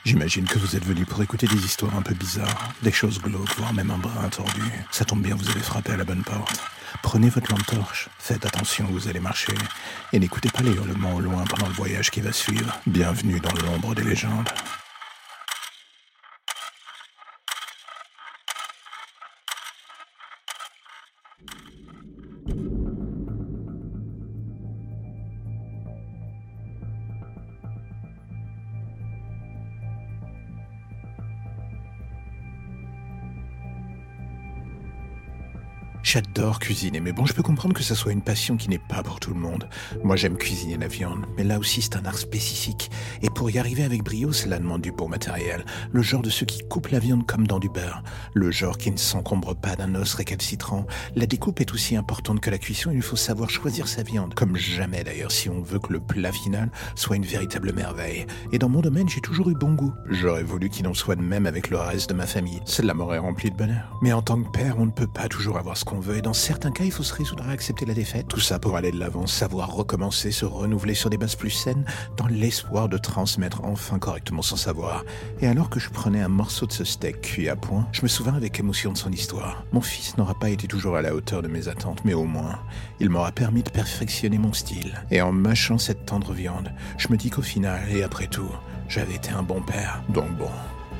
J'imagine que vous êtes venu pour écouter des histoires un peu bizarres, des choses glauques, voire même un brin tordu. Ça tombe bien, vous avez frappé à la bonne porte. Prenez votre lampe torche, faites attention où vous allez marcher, et n'écoutez pas les hurlements au loin pendant le voyage qui va suivre. Bienvenue dans l'ombre des légendes. J'adore cuisiner, mais bon, je peux comprendre que ça soit une passion qui n'est pas pour tout le monde. Moi, j'aime cuisiner la viande, mais là aussi, c'est un art spécifique. Et pour y arriver avec brio, cela demande du bon matériel. Le genre de ceux qui coupent la viande comme dans du beurre. Le genre qui ne s'encombre pas d'un os récalcitrant. La découpe est aussi importante que la cuisson, il faut savoir choisir sa viande. Comme jamais d'ailleurs, si on veut que le plat final soit une véritable merveille. Et dans mon domaine, j'ai toujours eu bon goût. J'aurais voulu qu'il en soit de même avec le reste de ma famille. Cela m'aurait rempli de bonheur. Mais en tant que père, on ne peut pas toujours avoir ce qu'on veut, et dans certains cas, il faut se résoudre à accepter la défaite. Tout ça pour aller de l'avant, savoir recommencer, se renouveler sur des bases plus saines, dans l'espoir de transmettre enfin correctement son savoir. Et alors que je prenais un morceau de ce steak cuit à point, je me souvins avec émotion de son histoire. Mon fils n'aura pas été toujours à la hauteur de mes attentes, mais au moins, il m'aura permis de perfectionner mon style. Et en mâchant cette tendre viande, je me dis qu'au final, et après tout, j'avais été un bon père. Donc bon...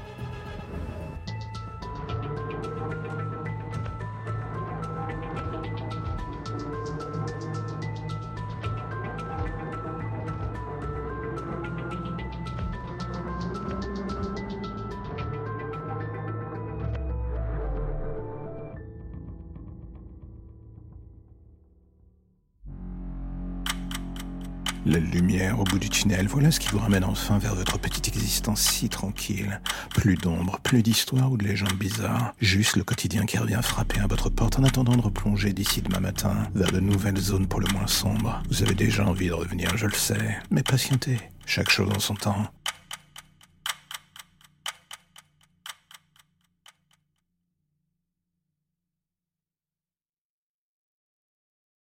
La lumière au bout du tunnel, voilà ce qui vous ramène enfin vers votre petite existence si tranquille. Plus d'ombre, plus d'histoires ou de légendes bizarres. Juste le quotidien qui revient frapper à votre porte en attendant de replonger d'ici demain matin vers de nouvelles zones pour le moins sombres. Vous avez déjà envie de revenir, je le sais, mais patientez, chaque chose en son temps.